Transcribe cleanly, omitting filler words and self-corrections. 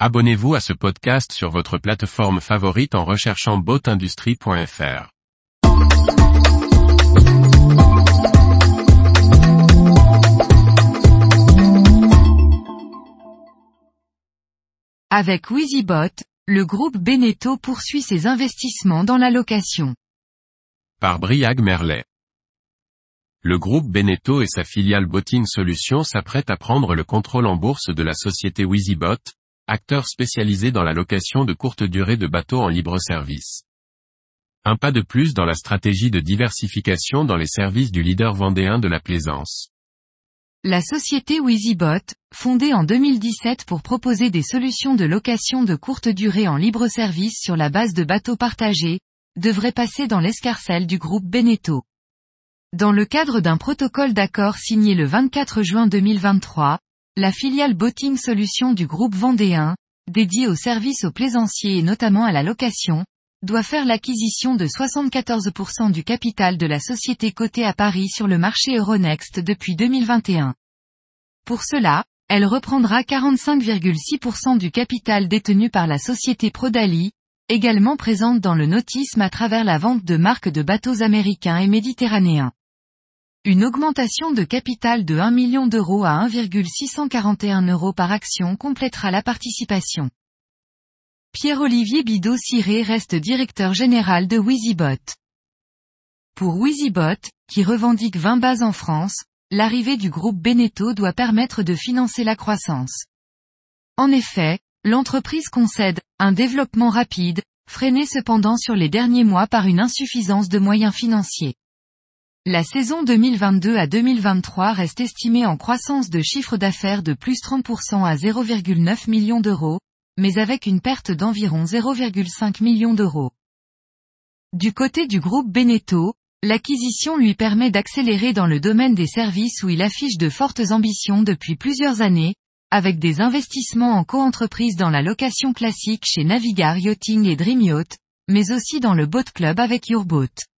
Abonnez-vous à ce podcast sur votre plateforme favorite en recherchant boatindustrie.fr. Avec WheezyBoat, le groupe Beneteau poursuit ses investissements dans la location. Par Briag Merlet. Le groupe Beneteau et sa filiale Boating Solutions s'apprêtent à prendre le contrôle en bourse de la société WheezyBoat, acteur spécialisé dans la location de courte durée de bateaux en libre service. Un pas de plus dans la stratégie de diversification dans les services du leader vendéen de la plaisance. La société WheezyBoat, fondée en 2017 pour proposer des solutions de location de courte durée en libre service sur la base de bateaux partagés, devrait passer dans l'escarcelle du groupe Beneteau. Dans le cadre d'un protocole d'accord signé le 24 juin 2023, la filiale Boating Solutions du groupe vendéen, dédiée aux services aux plaisanciers et notamment à la location, doit faire l'acquisition de 74% du capital de la société cotée à Paris sur le marché Euronext depuis 2021. Pour cela, elle reprendra 45,6% du capital détenu par la société Prodali, également présente dans le nautisme à travers la vente de marques de bateaux américains et méditerranéens. Une augmentation de capital de 1 million d'euros à 1,641 € par action complétera la participation. Pierre-Olivier Bidault-Ciré reste directeur général de WheezyBoat. Pour WheezyBoat, qui revendique 20 bases en France, l'arrivée du groupe Beneteau doit permettre de financer la croissance. En effet, l'entreprise concède un développement rapide, freiné cependant sur les derniers mois par une insuffisance de moyens financiers. La saison 2022 à 2023 reste estimée en croissance de chiffre d'affaires de plus 30% à 0,9 million d'euros, mais avec une perte d'environ 0,5 million d'euros. Du côté du groupe Beneteau, l'acquisition lui permet d'accélérer dans le domaine des services où il affiche de fortes ambitions depuis plusieurs années, avec des investissements en coentreprise dans la location classique chez Navigar Yachting et Dream Yacht, mais aussi dans le Boat Club avec YourBoat.